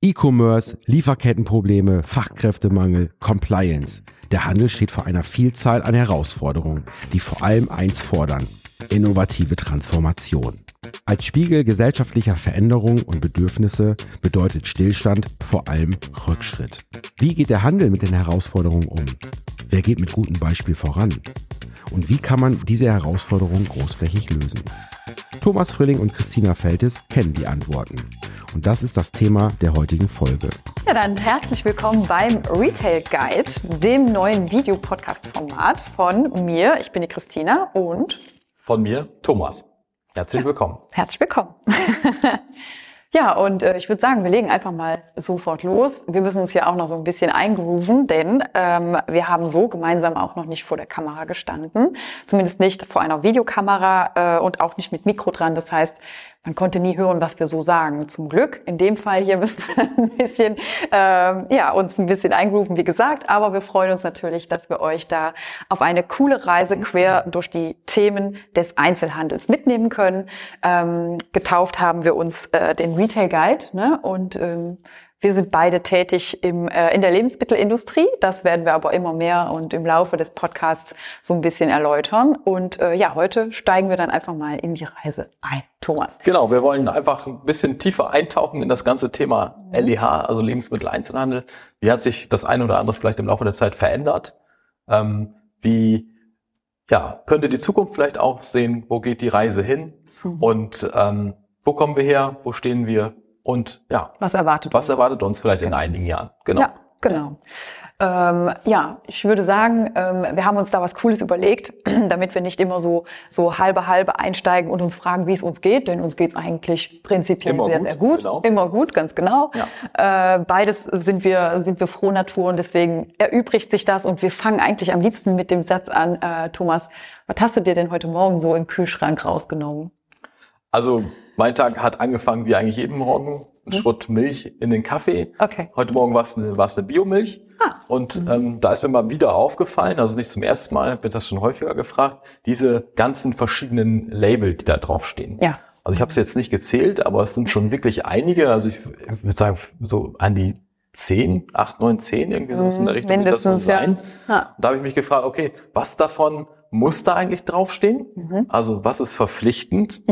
E-Commerce, Lieferkettenprobleme, Fachkräftemangel, Compliance. Der Handel steht vor einer Vielzahl an Herausforderungen, die vor allem eins fordern: innovative Transformation. Als Spiegel gesellschaftlicher Veränderungen und Bedürfnisse bedeutet Stillstand vor allem Rückschritt. Wie geht der Handel mit den Herausforderungen um? Wer geht mit gutem Beispiel voran? Und wie kann man diese Herausforderungen großflächig lösen? Thomas Frilling und Christina Feltes kennen die Antworten. Und das ist das Thema der heutigen Folge. Ja, dann herzlich willkommen beim Retail Guide, dem neuen Videopodcast-Format von mir. Ich bin die Christina und von mir, Thomas. Herzlich willkommen. Herzlich willkommen. Ja, und ich würde sagen, wir legen einfach mal sofort los. Wir müssen uns hier auch noch so ein bisschen eingrooven, denn wir haben so gemeinsam auch noch nicht vor der Kamera gestanden. Zumindest nicht vor einer Videokamera und auch nicht mit Mikro dran. Das heißt, man konnte nie hören, was wir so sagen. Zum Glück. In dem Fall hier müssen wir ein bisschen, uns ein bisschen eingrooven, wie gesagt. Aber wir freuen uns natürlich, dass wir euch da auf eine coole Reise quer durch die Themen des Einzelhandels mitnehmen können. Getauft haben wir uns den Retail Guide, ne? Und wir sind beide tätig in der Lebensmittelindustrie. Das werden wir aber immer mehr und im Laufe des Podcasts so ein bisschen erläutern. Und heute steigen wir dann einfach mal in die Reise ein. Thomas. Genau, wir wollen einfach ein bisschen tiefer eintauchen in das ganze Thema LEH, also Lebensmitteleinzelhandel. Wie hat sich das eine oder andere vielleicht im Laufe der Zeit verändert? Wie könnte die Zukunft vielleicht aussehen? Wo geht die Reise hin? Und wo kommen wir her? Wo stehen wir? Und was erwartet uns vielleicht in einigen Jahren? Genau. Ja, genau. Ich würde sagen, wir haben uns da was Cooles überlegt, damit wir nicht immer so halbe einsteigen und uns fragen, wie es uns geht, denn uns geht's eigentlich prinzipiell sehr gut. Genau. Immer gut, ganz genau. Ja. Beides sind wir froh Natur und deswegen erübrigt sich das und wir fangen eigentlich am liebsten mit dem Satz an, Thomas, was hast du dir denn heute Morgen so im Kühlschrank rausgenommen? Also mein Tag hat angefangen wie eigentlich jeden Morgen. Ein Schritt Milch in den Kaffee. Okay. Heute Morgen war es eine Biomilch. Und da ist mir mal wieder aufgefallen, also nicht zum ersten Mal, ich habe das schon häufiger gefragt, diese ganzen verschiedenen Label, die da draufstehen. Ja. Also ich habe es jetzt nicht gezählt, aber es sind schon wirklich einige. Also ich würde sagen, so an die 8, 9, 10 irgendwie so in der Richtung. Mindestens, das sein. Ja. Da habe ich mich gefragt, okay, was davon muss da eigentlich draufstehen? Also was ist verpflichtend?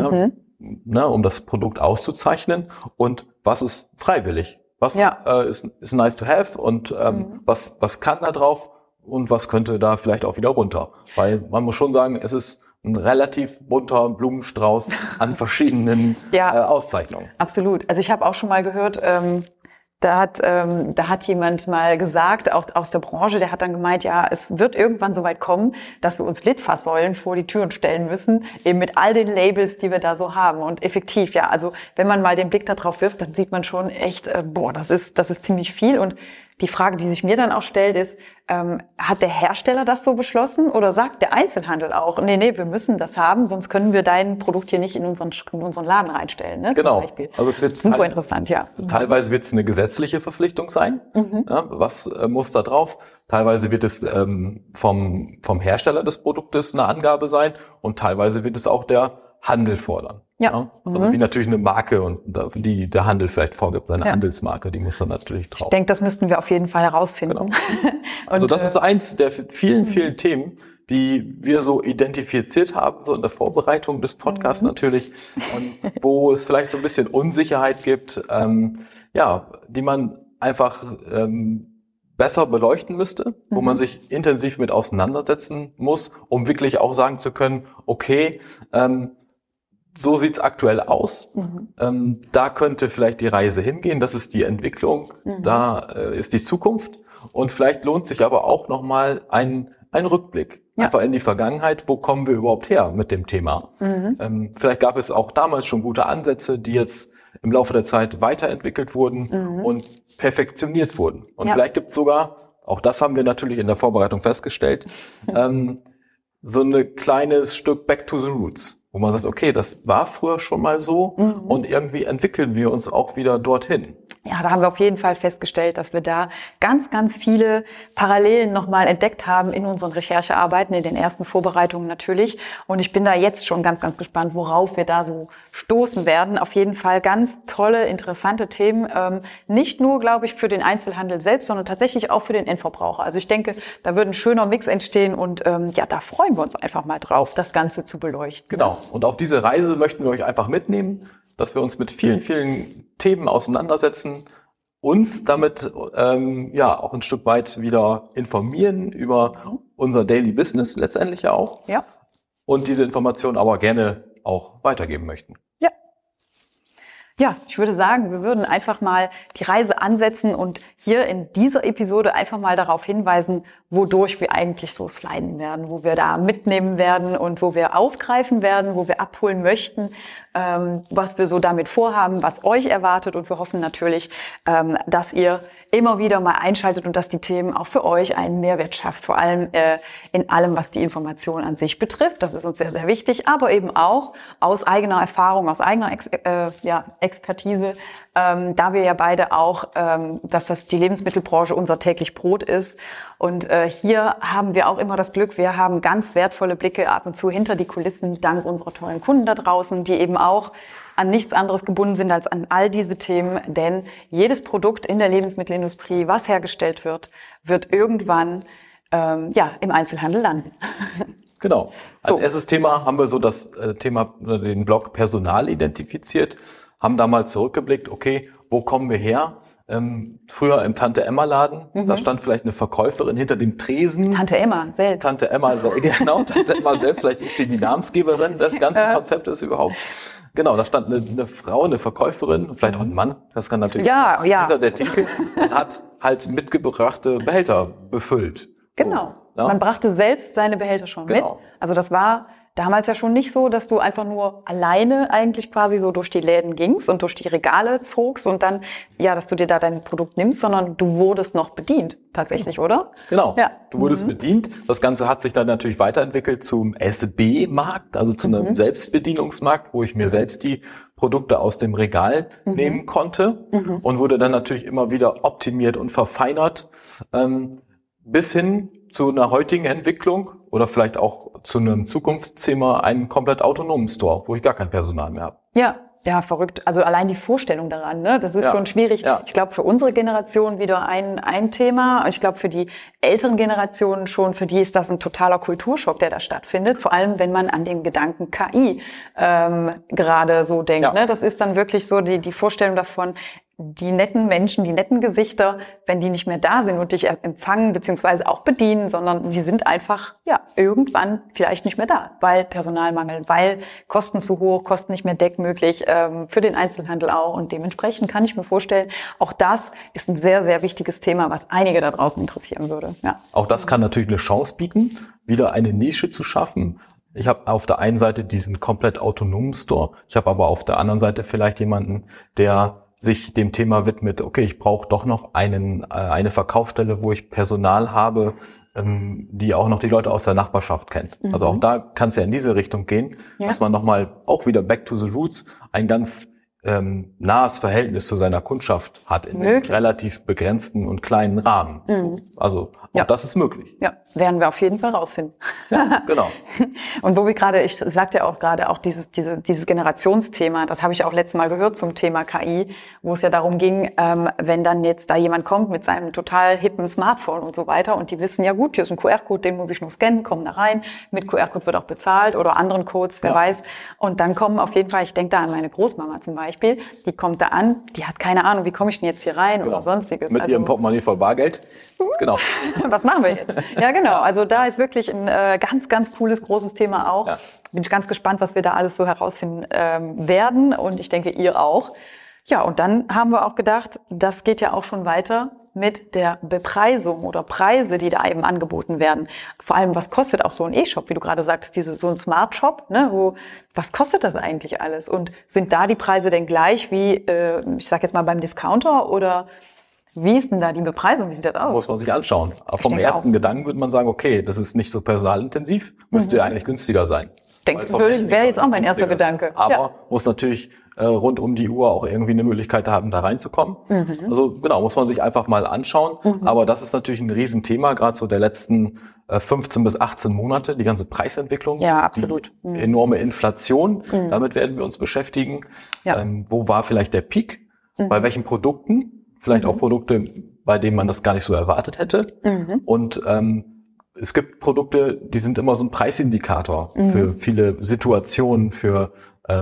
Um das Produkt auszuzeichnen und was ist freiwillig, was ist nice to have und was kann da drauf und was könnte da vielleicht auch wieder runter, weil man muss schon sagen, es ist ein relativ bunter Blumenstrauß an verschiedenen Auszeichnungen. Absolut, also ich habe auch schon mal gehört, da hat jemand mal gesagt, auch aus der Branche, der hat dann gemeint, ja, es wird irgendwann so weit kommen, dass wir uns Litfaßsäulen vor die Türen stellen müssen, eben mit all den Labels, die wir da so haben. Und effektiv, also wenn man mal den Blick da drauf wirft, dann sieht man schon echt, das ist ziemlich viel. Und die Frage, die sich mir dann auch stellt, ist, hat der Hersteller das so beschlossen oder sagt der Einzelhandel auch, nee, wir müssen das haben, sonst können wir dein Produkt hier nicht in unseren Laden reinstellen. Ne, genau. Also es wird super interessant, ja. Teilweise wird es eine gesetzliche Verpflichtung sein. Ja, was muss da drauf? Teilweise wird es vom Hersteller des Produktes eine Angabe sein und teilweise wird es auch der Handel fordern. Ja. Also wie natürlich eine Marke und die der Handel vielleicht vorgibt, seine Handelsmarke, die muss dann natürlich drauf. Ich denke, das müssten wir auf jeden Fall herausfinden. Genau. Also das ist eins der vielen Themen, die wir so identifiziert haben, so in der Vorbereitung des Podcasts natürlich, wo es vielleicht so ein bisschen Unsicherheit gibt, die man einfach besser beleuchten müsste, wo man sich intensiv mit auseinandersetzen muss, um wirklich auch sagen zu können, okay, so sieht's aktuell aus. Da könnte vielleicht die Reise hingehen. Das ist die Entwicklung. Da ist die Zukunft. Und vielleicht lohnt sich aber auch nochmal ein Rückblick. Einfach in die Vergangenheit. Wo kommen wir überhaupt her mit dem Thema? Vielleicht gab es auch damals schon gute Ansätze, die jetzt im Laufe der Zeit weiterentwickelt wurden und perfektioniert wurden. Und vielleicht gibt es sogar, auch das haben wir natürlich in der Vorbereitung festgestellt, so ein kleines Stück Back to the Roots. wo man sagt, okay, das war früher schon mal so und irgendwie entwickeln wir uns auch wieder dorthin. Ja, da haben wir auf jeden Fall festgestellt, dass wir da ganz, ganz viele Parallelen nochmal entdeckt haben in unseren Recherchearbeiten, in den ersten Vorbereitungen natürlich. Und ich bin da jetzt schon ganz, ganz gespannt, worauf wir da so stoßen werden. Auf jeden Fall ganz tolle, interessante Themen. Nicht nur, glaube ich, für den Einzelhandel selbst, sondern tatsächlich auch für den Endverbraucher. Also ich denke, da wird ein schöner Mix entstehen und ja, da freuen wir uns einfach mal drauf, das Ganze zu beleuchten. Genau. Und auf diese Reise möchten wir euch einfach mitnehmen, dass wir uns mit vielen, vielen Themen auseinandersetzen, uns damit ja auch ein Stück weit wieder informieren über unser Daily Business letztendlich ja auch. Ja. Und diese Informationen aber gerne auch weitergeben möchten. Ja. Ja, ich würde sagen, wir würden einfach mal die Reise ansetzen und hier in dieser Episode einfach mal darauf hinweisen, wodurch wir eigentlich so sliden werden, wo wir da mitnehmen werden und wo wir aufgreifen werden, wo wir abholen möchten, was wir so damit vorhaben, was euch erwartet. Und wir hoffen natürlich, dass ihr immer wieder mal einschaltet und dass die Themen auch für euch einen Mehrwert schafft, vor allem in allem, was die Information an sich betrifft. Das ist uns sehr, sehr wichtig, aber eben auch aus eigener Erfahrung, aus eigener Expertise, da wir ja beide auch, dass das die Lebensmittelbranche unser täglich Brot ist. Und hier haben wir auch immer das Glück, wir haben ganz wertvolle Blicke ab und zu hinter die Kulissen, dank unserer tollen Kunden da draußen, die eben auch an nichts anderes gebunden sind als an all diese Themen. Denn jedes Produkt in der Lebensmittelindustrie, was hergestellt wird, wird irgendwann im Einzelhandel landen. Genau. Als erstes Thema haben wir so das Thema, den Block Personal identifiziert, haben da mal zurückgeblickt, okay, wo kommen wir her? Früher im Tante-Emma-Laden, da stand vielleicht eine Verkäuferin hinter dem Tresen. Tante Emma selbst. Tante Emma selbst, vielleicht ist sie die Namensgeberin des ganzen Konzeptes überhaupt. Genau, da stand eine Frau, eine Verkäuferin, vielleicht auch ein Mann, das kann natürlich hinter der Theke, und hat halt mitgebrachte Behälter befüllt. Genau, so, man brachte selbst seine Behälter schon mit. Also das war damals ja schon nicht so, dass du einfach nur alleine eigentlich quasi so durch die Läden gingst und durch die Regale zogst und dann, dass du dir da dein Produkt nimmst, sondern du wurdest noch bedient, tatsächlich, oder? Genau, du wurdest bedient. Das Ganze hat sich dann natürlich weiterentwickelt zum SB-Markt, also zu einem Selbstbedienungsmarkt, wo ich mir selbst die Produkte aus dem Regal nehmen konnte und wurde dann natürlich immer wieder optimiert und verfeinert, bis hin zu einer heutigen Entwicklung oder vielleicht auch zu einem Zukunftsthema, einen komplett autonomen Store, wo ich gar kein Personal mehr habe. Ja, verrückt. Also allein die Vorstellung daran, ne? Das ist schon schwierig. Ja. Ich glaube, für unsere Generation wieder ein Thema. Ich glaube, für die älteren Generationen schon, für die ist das ein totaler Kulturschock, der da stattfindet. Vor allem, wenn man an den Gedanken KI gerade so denkt. Ja. Ne? Das ist dann wirklich so die Vorstellung davon, die netten Menschen, die netten Gesichter, wenn die nicht mehr da sind und dich empfangen beziehungsweise auch bedienen, sondern die sind einfach irgendwann vielleicht nicht mehr da, weil Personalmangel, weil Kosten zu hoch, Kosten nicht mehr deckmöglich, für den Einzelhandel auch. Und dementsprechend kann ich mir vorstellen, auch das ist ein sehr, sehr wichtiges Thema, was einige da draußen interessieren würde. Ja. Auch das kann natürlich eine Chance bieten, wieder eine Nische zu schaffen. Ich habe auf der einen Seite diesen komplett autonomen Store, ich habe aber auf der anderen Seite vielleicht jemanden, der sich dem Thema widmet, okay, ich brauche doch noch eine Verkaufsstelle, wo ich Personal habe, die auch noch die Leute aus der Nachbarschaft kennt. Also auch da kann es ja in diese Richtung gehen, dass man nochmal auch wieder back to the roots ein ganz nahes Verhältnis zu seiner Kundschaft hat in einem relativ begrenzten und kleinen Rahmen. Also auch das ist möglich. Ja, werden wir auf jeden Fall rausfinden. Ja, genau. Und wo wir gerade, ich sagte ja auch gerade, auch dieses Generationsthema, das habe ich auch letztes Mal gehört zum Thema KI, wo es ja darum ging, wenn dann jetzt da jemand kommt mit seinem total hippen Smartphone und so weiter und die wissen, ja gut, hier ist ein QR-Code, den muss ich nur scannen, kommen da rein, mit QR-Code wird auch bezahlt oder anderen Codes, wer weiß. Und dann kommen auf jeden Fall, ich denke da an meine Großmama zum Beispiel, die kommt da an, die hat keine Ahnung, wie komme ich denn jetzt hier rein oder sonstiges. Mit ihrem Portemonnaie voll Bargeld. Genau. Was machen wir jetzt? Ja, genau. Also da ist wirklich ein ganz, ganz cooles, großes Thema auch. Ja. Bin ich ganz gespannt, was wir da alles so herausfinden werden. Und ich denke, ihr auch. Ja, und dann haben wir auch gedacht, das geht ja auch schon weiter mit der Bepreisung oder Preise, die da eben angeboten werden. Vor allem, was kostet auch so ein E-Shop, wie du gerade sagtest, so ein Smart Shop, ne? Was kostet das eigentlich alles? Und sind da die Preise denn gleich wie, ich sag jetzt mal beim Discounter oder Wie ist denn da die Bepreisung? Wie sieht das aus? Muss man sich anschauen. Aber vom ersten Gedanken würde man sagen, okay, das ist nicht so personalintensiv, müsste ja eigentlich günstiger sein. Wäre jetzt auch mein erster Gedanke. Aber muss natürlich rund um die Uhr auch irgendwie eine Möglichkeit haben, da reinzukommen. Also genau, muss man sich einfach mal anschauen. Aber das ist natürlich ein Riesenthema, gerade so der letzten 15 bis 18 Monate, die ganze Preisentwicklung. Ja, absolut. Enorme Inflation, damit werden wir uns beschäftigen. Ja. Wo war vielleicht der Peak? Bei welchen Produkten? Vielleicht auch Produkte, bei denen man das gar nicht so erwartet hätte. Und es gibt Produkte, die sind immer so ein Preisindikator für viele Situationen, für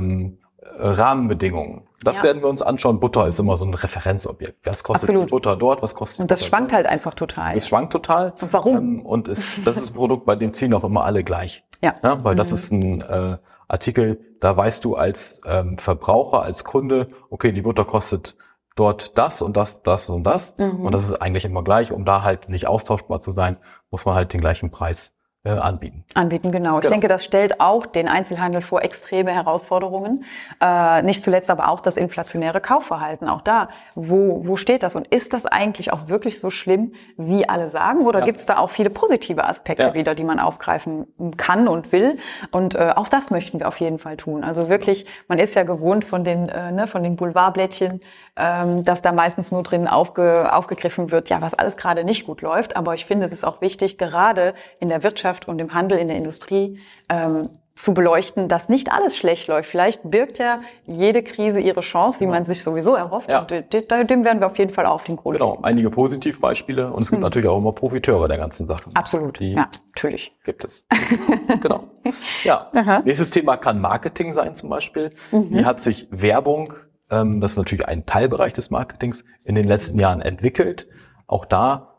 Rahmenbedingungen. Das werden wir uns anschauen. Butter ist immer so ein Referenzobjekt. Was kostet die Butter dort? Was kostet Und das schwankt halt einfach total. Es schwankt total. Und warum? Und das ist ein Produkt, bei dem ziehen auch immer alle gleich. Ja. Weil das ist ein Artikel, da weißt du als Verbraucher, als Kunde, okay, die Butter kostet dort das und das, das und das. Und das ist eigentlich immer gleich. Um da halt nicht austauschbar zu sein, muss man halt den gleichen Preis anbieten. Genau. Ich denke, das stellt auch den Einzelhandel vor extreme Herausforderungen. Nicht zuletzt aber auch das inflationäre Kaufverhalten. Auch da, wo steht das? Und ist das eigentlich auch wirklich so schlimm, wie alle sagen? Oder gibt es da auch viele positive Aspekte wieder, die man aufgreifen kann und will? Und auch das möchten wir auf jeden Fall tun. Also wirklich, man ist ja gewohnt von den Boulevardblättchen, dass da meistens nur drin aufgegriffen wird, ja, was alles gerade nicht gut läuft. Aber ich finde, es ist auch wichtig, gerade in der Wirtschaft und im Handel, in der Industrie, zu beleuchten, dass nicht alles schlecht läuft. Vielleicht birgt ja jede Krise ihre Chance, wie man sich sowieso erhofft. Ja. Und dem werden wir auf jeden Fall auf den Grund gehen. Einige Positivbeispiele und es gibt natürlich auch immer Profiteure der ganzen Sache. Absolut, natürlich. Gibt es. Genau. Ja. Nächstes Thema kann Marketing sein zum Beispiel. Wie hat sich Werbung, das ist natürlich ein Teilbereich des Marketings, in den letzten Jahren entwickelt? Auch da,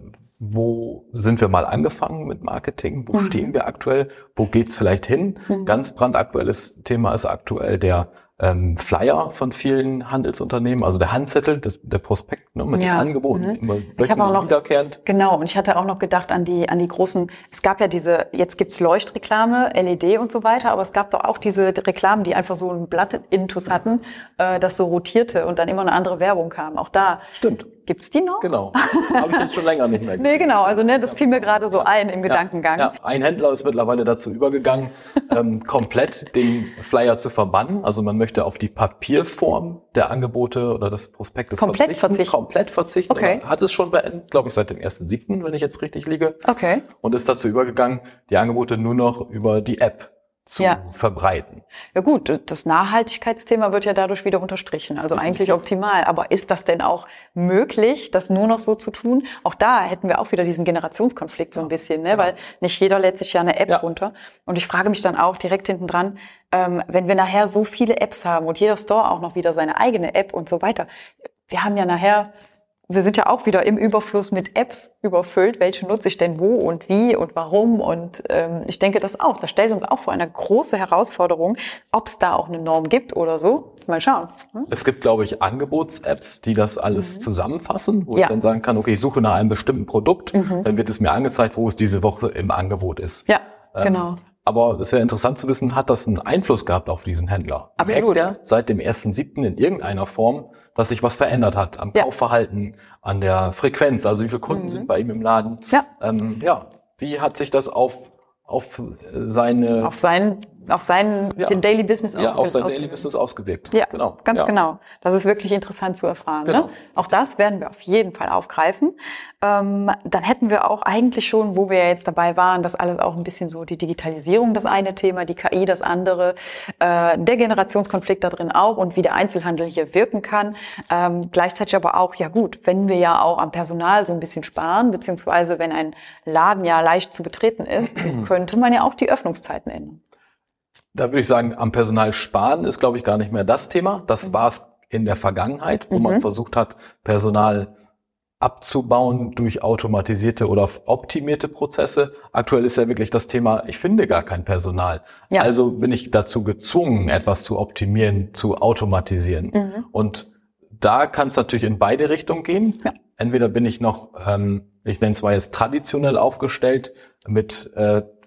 wo sind wir mal angefangen mit Marketing? Wo stehen wir aktuell? Wo geht's vielleicht hin? Ganz brandaktuelles Thema ist aktuell der Flyer von vielen Handelsunternehmen, also der Handzettel, der Prospekt, ne, mit den Angeboten, immer wöchentlich wiederkehrend. Genau, und ich hatte auch noch gedacht an die großen, es gab ja jetzt gibt's Leuchtreklame, LED und so weiter, aber es gab doch auch diese Reklamen, die einfach so ein Blatt-Intus hatten, das so rotierte und dann immer eine andere Werbung kam. Auch da. Stimmt. Gibt's die noch? Genau. Habe ich jetzt schon länger nicht mehr gesehen. Nee, genau. Also das fiel mir gerade so ein im Gedankengang. Ja. Ein Händler ist mittlerweile dazu übergegangen, komplett den Flyer zu verbannen. Also man möchte auf die Papierform der Angebote oder des Prospektes komplett verzichten. Okay. Hat es schon beendet, glaube ich, seit dem 1.7., wenn ich jetzt richtig liege. Okay. Und ist dazu übergegangen, die Angebote nur noch über die App zu verbreiten. Ja gut, das Nachhaltigkeitsthema wird ja dadurch wieder unterstrichen, also eigentlich optimal. Aber ist das denn auch möglich, das nur noch so zu tun? Auch da hätten wir auch wieder diesen Generationskonflikt so ein bisschen, ne? Weil nicht jeder lädt sich ja eine App runter. Und ich frage mich dann auch direkt hinten dran, wenn wir nachher so viele Apps haben und jeder Store auch noch wieder seine eigene App und so weiter. Wir sind ja auch wieder im Überfluss mit Apps überfüllt. Welche nutze ich denn wo und wie und warum? Und ich denke das stellt uns auch vor eine große Herausforderung, ob es da auch eine Norm gibt oder so. Mal schauen. Es gibt, glaube ich, Angebots-Apps, die das alles zusammenfassen, wo ich dann sagen kann, okay, ich suche nach einem bestimmten Produkt, dann wird es mir angezeigt, wo es diese Woche im Angebot ist. Ja, genau. Aber es wäre interessant zu wissen, hat das einen Einfluss gehabt auf diesen Händler? Absolut. Merkt er seit dem 1.7. in irgendeiner Form, dass sich was verändert hat am Kaufverhalten, an der Frequenz, also wie viele Kunden sind bei ihm im Laden? Ja. Wie hat sich das auf sein Daily Business ausgewirkt. Auf sein Daily Business ausgewirkt. Ja, genau. Ganz genau. Das ist wirklich interessant zu erfahren. Genau. Ne? Auch das werden wir auf jeden Fall aufgreifen. Dann hätten wir auch eigentlich schon, wo wir ja jetzt dabei waren, das alles auch ein bisschen so die Digitalisierung das eine Thema, die KI das andere, der Generationskonflikt da drin auch und wie der Einzelhandel hier wirken kann. Gleichzeitig aber auch, ja gut, wenn wir ja auch am Personal so ein bisschen sparen, beziehungsweise wenn ein Laden ja leicht zu betreten ist, könnte man ja auch die Öffnungszeiten ändern. Da würde ich sagen, am Personal sparen ist, glaube ich, gar nicht mehr das Thema. Das war es in der Vergangenheit, wo man versucht hat, Personal abzubauen durch automatisierte oder optimierte Prozesse. Aktuell ist ja wirklich das Thema, ich finde gar kein Personal. Ja. Also bin ich dazu gezwungen, etwas zu optimieren, zu automatisieren. Und da kann es natürlich in beide Richtungen gehen. Ja. Entweder bin ich noch, ich nenne es mal jetzt traditionell aufgestellt, mit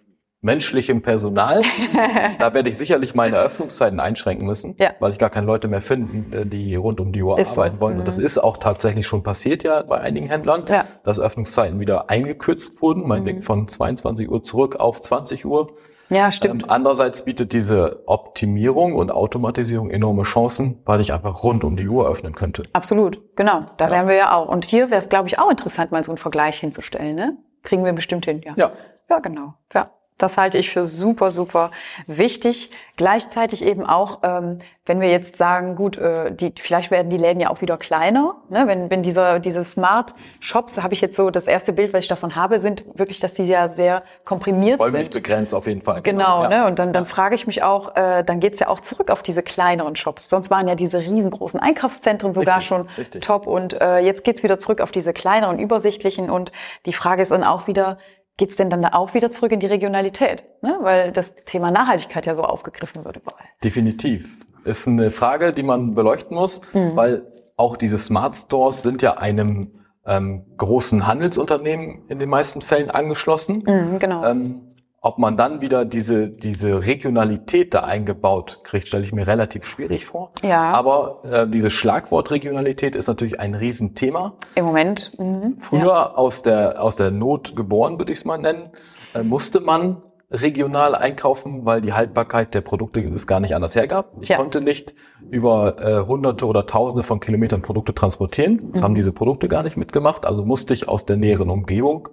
menschlichem Personal. Da werde ich sicherlich meine Öffnungszeiten einschränken müssen, weil ich gar keine Leute mehr finden, die rund um die Uhr arbeiten wollen. Und das ist auch tatsächlich schon passiert ja bei einigen Händlern, dass Öffnungszeiten wieder eingekürzt wurden, meinetwegen von 22 Uhr zurück auf 20 Uhr. Ja, stimmt. Andererseits bietet diese Optimierung und Automatisierung enorme Chancen, weil ich einfach rund um die Uhr öffnen könnte. Absolut, genau. Da wären wir ja auch. Und hier wäre es, glaube ich, auch interessant, mal so einen Vergleich hinzustellen. Ne? Kriegen wir bestimmt hin, ja. Ja, genau. Ja. Das halte ich für super, super wichtig. Gleichzeitig eben auch, wenn wir jetzt sagen, gut, vielleicht werden die Läden ja auch wieder kleiner. Ne? Wenn diese Smart Shops, habe ich jetzt so, das erste Bild, was ich davon habe, sind wirklich, dass die ja sehr komprimiert sind. Räumlich begrenzt auf jeden Fall. Genau, ne? Und dann frage ich mich auch, dann geht's ja auch zurück auf diese kleineren Shops. Sonst waren ja diese riesengroßen Einkaufszentren sogar schon top. Und jetzt geht's wieder zurück auf diese kleineren, übersichtlichen. Und die Frage ist dann auch wieder, geht's denn dann da auch wieder zurück in die Regionalität? Ne? Weil das Thema Nachhaltigkeit ja so aufgegriffen wird überall. Definitiv. Ist eine Frage, die man beleuchten muss, weil auch diese Smart Stores sind ja einem großen Handelsunternehmen in den meisten Fällen angeschlossen. Genau. Ob man dann wieder diese Regionalität da eingebaut kriegt, stelle ich mir relativ schwierig vor. Ja. Aber dieses Schlagwort Regionalität ist natürlich ein Riesenthema. Im Moment. Früher aus der Not geboren, würde ich es mal nennen, musste man regional einkaufen, weil die Haltbarkeit der Produkte es gar nicht anders hergab. Ich konnte nicht über Hunderte oder Tausende von Kilometern Produkte transportieren. Das haben diese Produkte gar nicht mitgemacht. Also musste ich aus der näheren Umgebung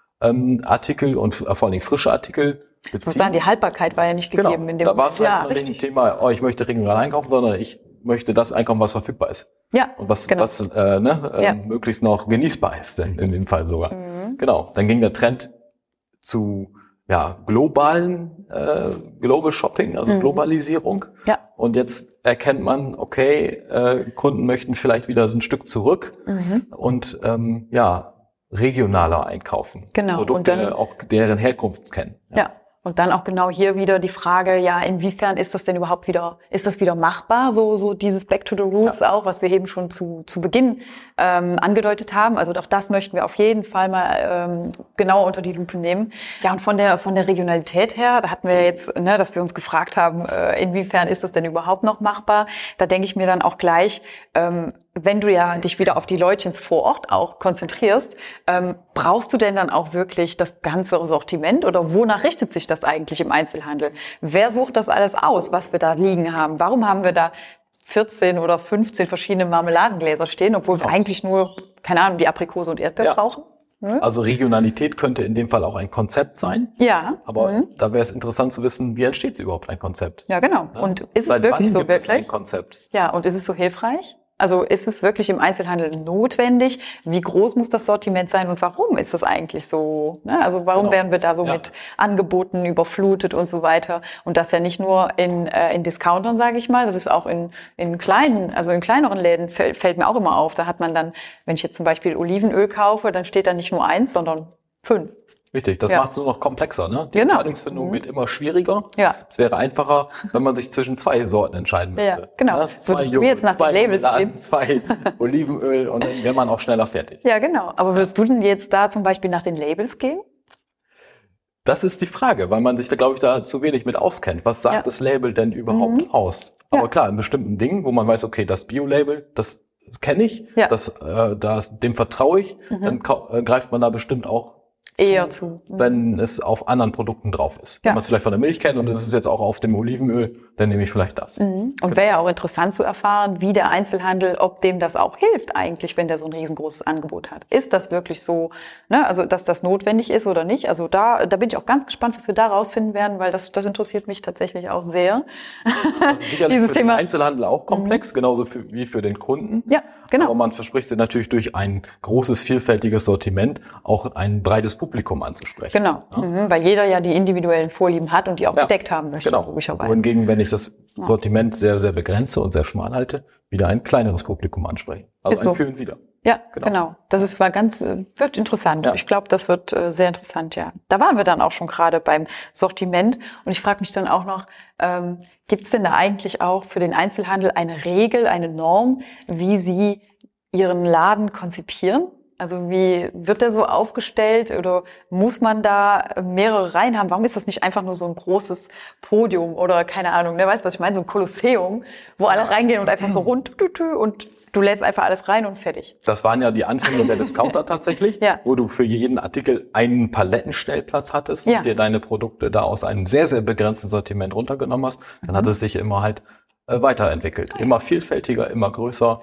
Artikel und vor allen Dingen frische Artikel beziehen. Ich muss sagen, die Haltbarkeit war ja nicht gegeben in dem Moment. Da war es halt nicht ein Thema, ich möchte regional einkaufen, sondern ich möchte das einkaufen, was verfügbar ist. Ja, und was möglichst noch genießbar ist, in dem Fall sogar. Genau, dann ging der Trend zu globalen Global Shopping, also Globalisierung. Ja. Und jetzt erkennt man, okay, Kunden möchten vielleicht wieder so ein Stück zurück und regionaler einkaufen. Genau. Produkte und dann, auch deren Herkunft kennen. Ja. Und dann auch genau hier wieder die Frage, inwiefern ist das denn überhaupt wieder, ist das wieder machbar? So dieses Back to the Roots auch, was wir eben schon zu Beginn angedeutet haben. Also auch das möchten wir auf jeden Fall mal genauer unter die Lupe nehmen. Ja, und von der Regionalität her, da hatten wir jetzt, dass wir uns gefragt haben, inwiefern ist das denn überhaupt noch machbar? Da denke ich mir dann auch gleich, wenn du ja dich wieder auf die Leutchens vor Ort auch konzentrierst, brauchst du denn dann auch wirklich das ganze Sortiment oder wonach richtet sich das eigentlich im Einzelhandel? Wer sucht das alles aus, was wir da liegen haben? Warum haben wir da 14 oder 15 verschiedene Marmeladengläser stehen, obwohl wir eigentlich nur, keine Ahnung, die Aprikose und Erdbeer brauchen? Also Regionalität könnte in dem Fall auch ein Konzept sein. Ja. Aber da wäre es interessant zu wissen, wie entsteht überhaupt ein Konzept? Ja, genau. Ja? Und ist Seit es wirklich wann so gibt es wirklich? ein Konzept? Ja, und ist es so hilfreich? Also ist es wirklich im Einzelhandel notwendig? Wie groß muss das Sortiment sein und warum ist das eigentlich so? Ne? Also warum werden wir da so mit Angeboten überflutet und so weiter? Und das ja nicht nur in Discountern, sage ich mal, das ist auch in kleinen, also in kleineren Läden fällt mir auch immer auf. Da hat man dann, wenn ich jetzt zum Beispiel Olivenöl kaufe, dann steht da nicht nur 1, sondern 5. Richtig, das macht es nur noch komplexer. Ne? Die Entscheidungsfindung wird immer schwieriger. Ja. Es wäre einfacher, wenn man sich zwischen 2 Sorten entscheiden müsste. Ja, genau. Ne? Würdest du jetzt nach den Labels gehen? 2 Olivenöl und dann wäre man auch schneller fertig. Ja, genau. Aber würdest du denn jetzt da zum Beispiel nach den Labels gehen? Das ist die Frage, weil man sich da, glaube ich, da zu wenig mit auskennt. Was sagt das Label denn überhaupt aus? Aber klar, in bestimmten Dingen, wo man weiß, okay, das Bio-Label, das kenne ich, dem vertraue ich, dann greift man da bestimmt auch eher zu. Wenn es auf anderen Produkten drauf ist. Wenn man es vielleicht von der Milch kennt und es ist jetzt auch auf dem Olivenöl, dann nehme ich vielleicht das. Und wäre ja auch interessant zu erfahren, wie der Einzelhandel, ob dem das auch hilft eigentlich, wenn der so ein riesengroßes Angebot hat. Ist das wirklich so, also dass das notwendig ist oder nicht? Also da bin ich auch ganz gespannt, was wir da rausfinden werden, weil das interessiert mich tatsächlich auch sehr. Das ist sicherlich für den Einzelhandel auch komplex, genauso wie für den Kunden. Ja, genau. Aber man verspricht sich natürlich durch ein großes, vielfältiges Sortiment auch ein breites Publikum anzusprechen. Genau, weil jeder ja die individuellen Vorlieben hat und die auch gedeckt haben möchte. Genau. Wohingegen, wenn ich das Sortiment sehr, sehr begrenze und sehr schmal halte, wieder ein kleineres Publikum ansprechen. Also ein Für und Wider. Ja, genau. Das wird interessant. Ja. Ich glaube, das wird sehr interessant, ja. Da waren wir dann auch schon gerade beim Sortiment. Und ich frage mich dann auch noch, gibt es denn da eigentlich auch für den Einzelhandel eine Regel, eine Norm, wie sie ihren Laden konzipieren? Also wie wird der so aufgestellt oder muss man da mehrere Reihen haben? Warum ist das nicht einfach nur so ein großes Podium oder keine Ahnung, ne? Weißt du, was ich meine? So ein Kolosseum, wo alle reingehen und einfach so rund und du lädst einfach alles rein und fertig. Das waren ja die Anfänge der Discounter tatsächlich, wo du für jeden Artikel einen Palettenstellplatz hattest und dir deine Produkte da aus einem sehr, sehr begrenzten Sortiment runtergenommen hast. Dann hat es sich immer halt weiterentwickelt. Immer vielfältiger, immer größer,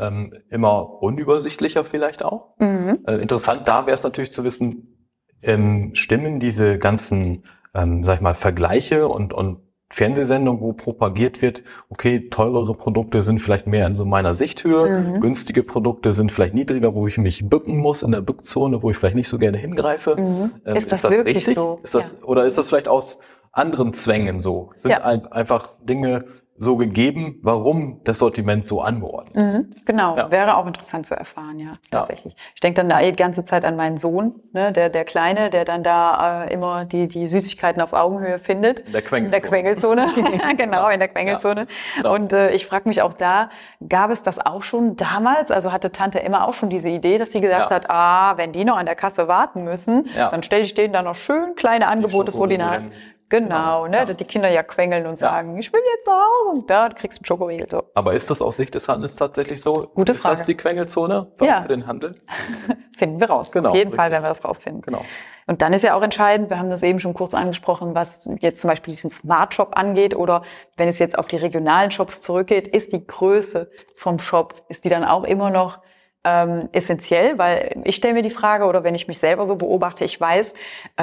immer unübersichtlicher vielleicht auch. Interessant, da wäre es natürlich zu wissen, stimmen diese ganzen, sag ich mal, Vergleiche und Fernsehsendungen, wo propagiert wird, okay, teurere Produkte sind vielleicht mehr in so meiner Sichthöhe, günstige Produkte sind vielleicht niedriger, wo ich mich bücken muss, in der Bückzone, wo ich vielleicht nicht so gerne hingreife. Ist das wirklich richtig? So? Ist das, oder ist das vielleicht aus anderen Zwängen so? Sind einfach Dinge so gegeben, warum das Sortiment so angeordnet ist. Genau, wäre auch interessant zu erfahren, tatsächlich. Ich denke dann da die ganze Zeit an meinen Sohn, ne, der Kleine, der dann da immer die Süßigkeiten auf Augenhöhe findet. In der Quengelzone. Genau, in der Quengelzone. Genau. Und ich frage mich auch da, gab es das auch schon damals? Also hatte Tante Emma auch schon diese Idee, dass sie gesagt hat, wenn die noch an der Kasse warten müssen, dann stelle ich denen da noch schön kleine Angebote vor die Nase. Genau, ne, dass die Kinder ja quengeln und sagen, ich will jetzt nach Hause und da kriegst du einen Schokoriegel. So. Aber ist das aus Sicht des Handels tatsächlich so? Gute Frage. Ist das die Quengelzone für den Handel? Finden wir raus. Genau, auf jeden Fall werden wir das rausfinden. Genau. Und dann ist ja auch entscheidend, wir haben das eben schon kurz angesprochen, was jetzt zum Beispiel diesen Smart Shop angeht oder wenn es jetzt auf die regionalen Shops zurückgeht, ist die Größe vom Shop, ist die dann auch immer noch essentiell? Weil ich stelle mir die Frage, oder wenn ich mich selber so beobachte, ich weiß,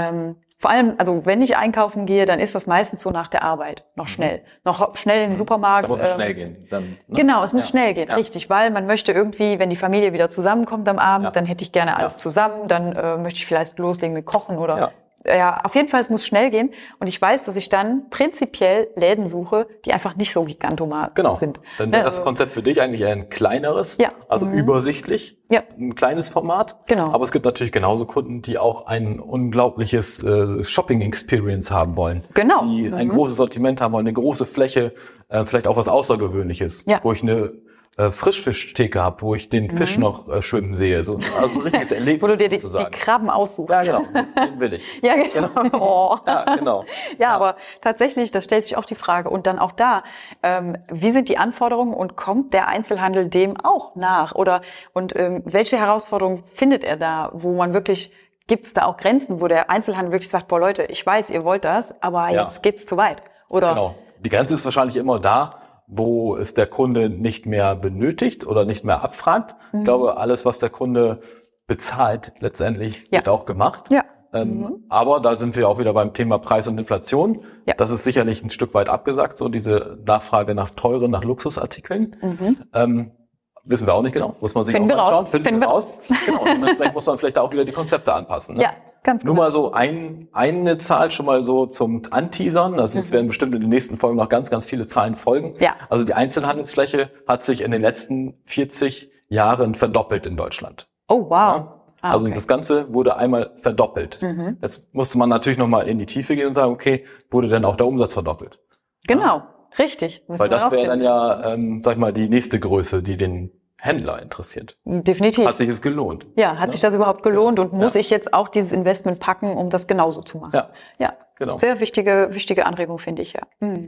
vor allem, also wenn ich einkaufen gehe, dann ist das meistens so nach der Arbeit, noch schnell. Noch schnell in den Supermarkt. Da muss es schnell gehen. Dann, ne? Genau, es muss schnell gehen, richtig. Weil man möchte irgendwie, wenn die Familie wieder zusammenkommt am Abend, dann hätte ich gerne alles zusammen, dann möchte ich vielleicht loslegen mit Kochen oder... Ja, auf jeden Fall, es muss schnell gehen. Und ich weiß, dass ich dann prinzipiell Läden suche, die einfach nicht so gigantomal sind. Dann wäre das Konzept für dich eigentlich eher ein kleineres, also übersichtlich, ein kleines Format. Genau. Aber es gibt natürlich genauso Kunden, die auch ein unglaubliches Shopping-Experience haben wollen. Genau. Die ein großes Sortiment haben wollen, eine große Fläche, vielleicht auch was Außergewöhnliches, wo ich eine Frischfischtheke habe, wo ich den Fisch noch schwimmen sehe. So, also ein richtiges Erlebnis. Wo du dir die Krabben aussuchst. Ja, genau. Den will ich. Ja, genau. Oh. Ja, genau. Ja, aber tatsächlich, da stellt sich auch die Frage. Und dann auch da, wie sind die Anforderungen und kommt der Einzelhandel dem auch nach? Und welche Herausforderungen findet er da, wo man wirklich, gibt es da auch Grenzen, wo der Einzelhandel wirklich sagt, boah Leute, ich weiß, ihr wollt das, aber jetzt geht's zu weit. Oder? Genau. Die Grenze ist wahrscheinlich immer da, wo es der Kunde nicht mehr benötigt oder nicht mehr abfragt. Ich glaube, alles, was der Kunde bezahlt, letztendlich wird auch gemacht. Ja. Aber da sind wir auch wieder beim Thema Preis und Inflation. Ja. Das ist sicherlich ein Stück weit abgesagt, so diese Nachfrage nach teuren, nach Luxusartikeln. Wissen wir auch nicht genau, muss man sich Finden auch anschauen. Finden wir raus. Genau, dementsprechend muss man vielleicht auch wieder die Konzepte anpassen. Ne? Ja, ganz genau. Nur mal so eine Zahl schon mal so zum Anteasern. Also es werden bestimmt in den nächsten Folgen noch ganz, ganz viele Zahlen folgen. Ja. Also die Einzelhandelsfläche hat sich in den letzten 40 Jahren verdoppelt in Deutschland. Oh, wow. Ja? Also das Ganze wurde einmal verdoppelt. Jetzt musste man natürlich nochmal in die Tiefe gehen und sagen, okay, wurde denn auch der Umsatz verdoppelt? Genau, ja? Richtig. Weil das wäre dann ja, sag ich mal, die nächste Größe, die den Händler interessiert. Definitiv. Hat sich es gelohnt? Ja, hat sich das überhaupt gelohnt und muss ich jetzt auch dieses Investment packen, um das genauso zu machen? Ja, genau. Sehr wichtige Anregung, finde ich, ja.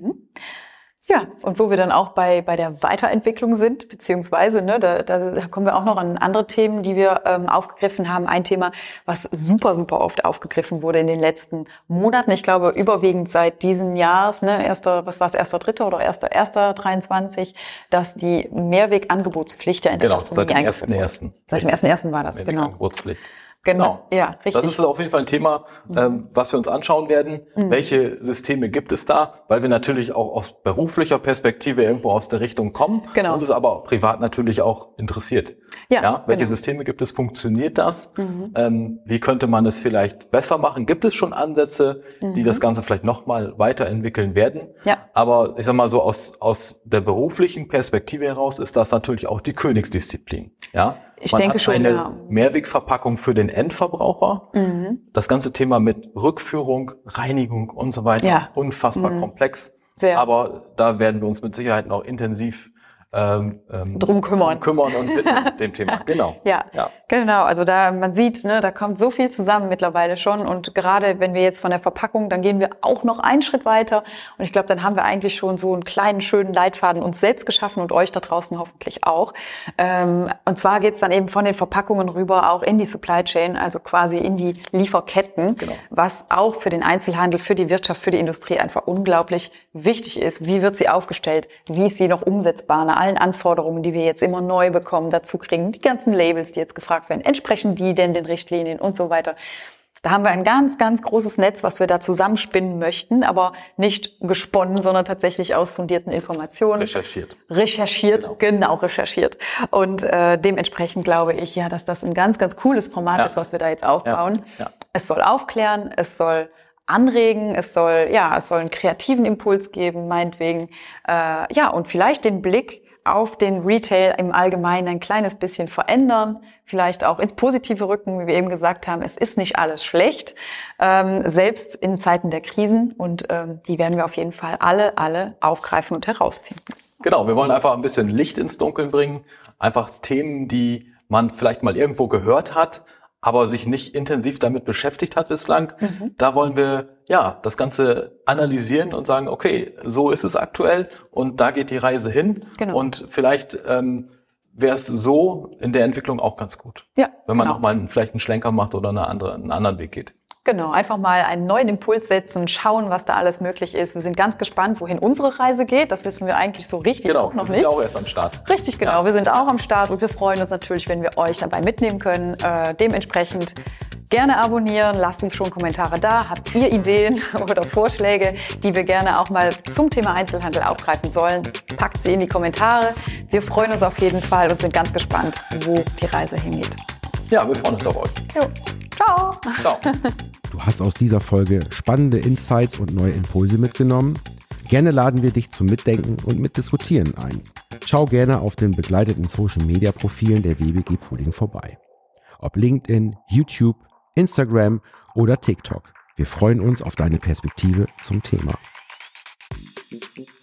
Ja, und wo wir dann auch bei der Weiterentwicklung sind, beziehungsweise, ne, da kommen wir auch noch an andere Themen, die wir aufgegriffen haben. Ein Thema, was super, super oft aufgegriffen wurde in den letzten Monaten. Ich glaube, überwiegend seit diesem Jahres, ne, 1.3. oder 1.1.23, dass die Mehrwegangebotspflicht ja in der Gastronomie eingeführt wurde. Seit dem 1.1. war das, genau. Mehrwegangebotspflicht. Genau, ja, richtig. Das ist auf jeden Fall ein Thema, was wir uns anschauen werden. Welche Systeme gibt es da? Weil wir natürlich auch aus beruflicher Perspektive irgendwo aus der Richtung kommen. Genau. Uns ist aber auch privat natürlich auch interessiert. Ja, welche Systeme gibt es? Funktioniert das? Wie könnte man es vielleicht besser machen? Gibt es schon Ansätze, die das Ganze vielleicht nochmal weiterentwickeln werden? Ja. Aber ich sag mal so, aus der beruflichen Perspektive heraus ist das natürlich auch die Königsdisziplin. Ja. Ich denke schon, eine Mehrwegverpackung für den Endverbraucher. Das ganze Thema mit Rückführung, Reinigung und so weiter, unfassbar komplex. Sehr. Aber da werden wir uns mit Sicherheit noch intensiv drum kümmern und widmen dem Thema. Genau. Ja, genau. Also man sieht, ne, da kommt so viel zusammen mittlerweile schon. Und gerade wenn wir jetzt von der Verpackung, dann gehen wir auch noch einen Schritt weiter. Und ich glaube, dann haben wir eigentlich schon so einen kleinen, schönen Leitfaden uns selbst geschaffen und euch da draußen hoffentlich auch. Und zwar geht's dann eben von den Verpackungen rüber auch in die Supply Chain, also quasi in die Lieferketten, was auch für den Einzelhandel, für die Wirtschaft, für die Industrie einfach unglaublich wichtig ist. Wie wird sie aufgestellt? Wie ist sie noch umsetzbar nach allen Anforderungen, die wir jetzt immer neu bekommen, dazu kriegen? Die ganzen Labels, die jetzt gefragt werden, entsprechen die denn den Richtlinien und so weiter? Da haben wir ein ganz, ganz großes Netz, was wir da zusammenspinnen möchten, aber nicht gesponnen, sondern tatsächlich aus fundierten Informationen. Recherchiert. Und dementsprechend glaube ich, ja, dass das ein ganz, ganz cooles Format ist, was wir da jetzt aufbauen. Ja. Es soll aufklären, es soll anregen, es soll einen kreativen Impuls geben, meinetwegen. Und vielleicht den Blick auf den Retail im Allgemeinen ein kleines bisschen verändern, vielleicht auch ins Positive rücken, wie wir eben gesagt haben, es ist nicht alles schlecht, selbst in Zeiten der Krisen, und die werden wir auf jeden Fall alle aufgreifen und herausfinden. Genau, wir wollen einfach ein bisschen Licht ins Dunkeln bringen, einfach Themen, die man vielleicht mal irgendwo gehört hat, aber sich nicht intensiv damit beschäftigt hat bislang. Da wollen wir das Ganze analysieren und sagen, okay, so ist es aktuell und da geht die Reise hin. Genau. Und vielleicht wäre es so in der Entwicklung auch ganz gut, wenn man nochmal vielleicht einen Schlenker macht oder einen anderen Weg geht. Genau, einfach mal einen neuen Impuls setzen, schauen, was da alles möglich ist. Wir sind ganz gespannt, wohin unsere Reise geht. Das wissen wir eigentlich so richtig auch noch nicht. Genau, wir sind ja auch erst am Start. Richtig, genau. Ja. Wir sind auch am Start und wir freuen uns natürlich, wenn wir euch dabei mitnehmen können. Dementsprechend gerne abonnieren, lasst uns schon Kommentare da. Habt ihr Ideen oder Vorschläge, die wir gerne auch mal zum Thema Einzelhandel aufgreifen sollen? Packt sie in die Kommentare. Wir freuen uns auf jeden Fall und sind ganz gespannt, wo die Reise hingeht. Ja, wir freuen uns auf euch. Jo. Ciao. Ciao. Du hast aus dieser Folge spannende Insights und neue Impulse mitgenommen? Gerne laden wir dich zum Mitdenken und Mitdiskutieren ein. Schau gerne auf den begleiteten Social-Media-Profilen der WBG Pooling vorbei. Ob LinkedIn, YouTube, Instagram oder TikTok. Wir freuen uns auf deine Perspektive zum Thema.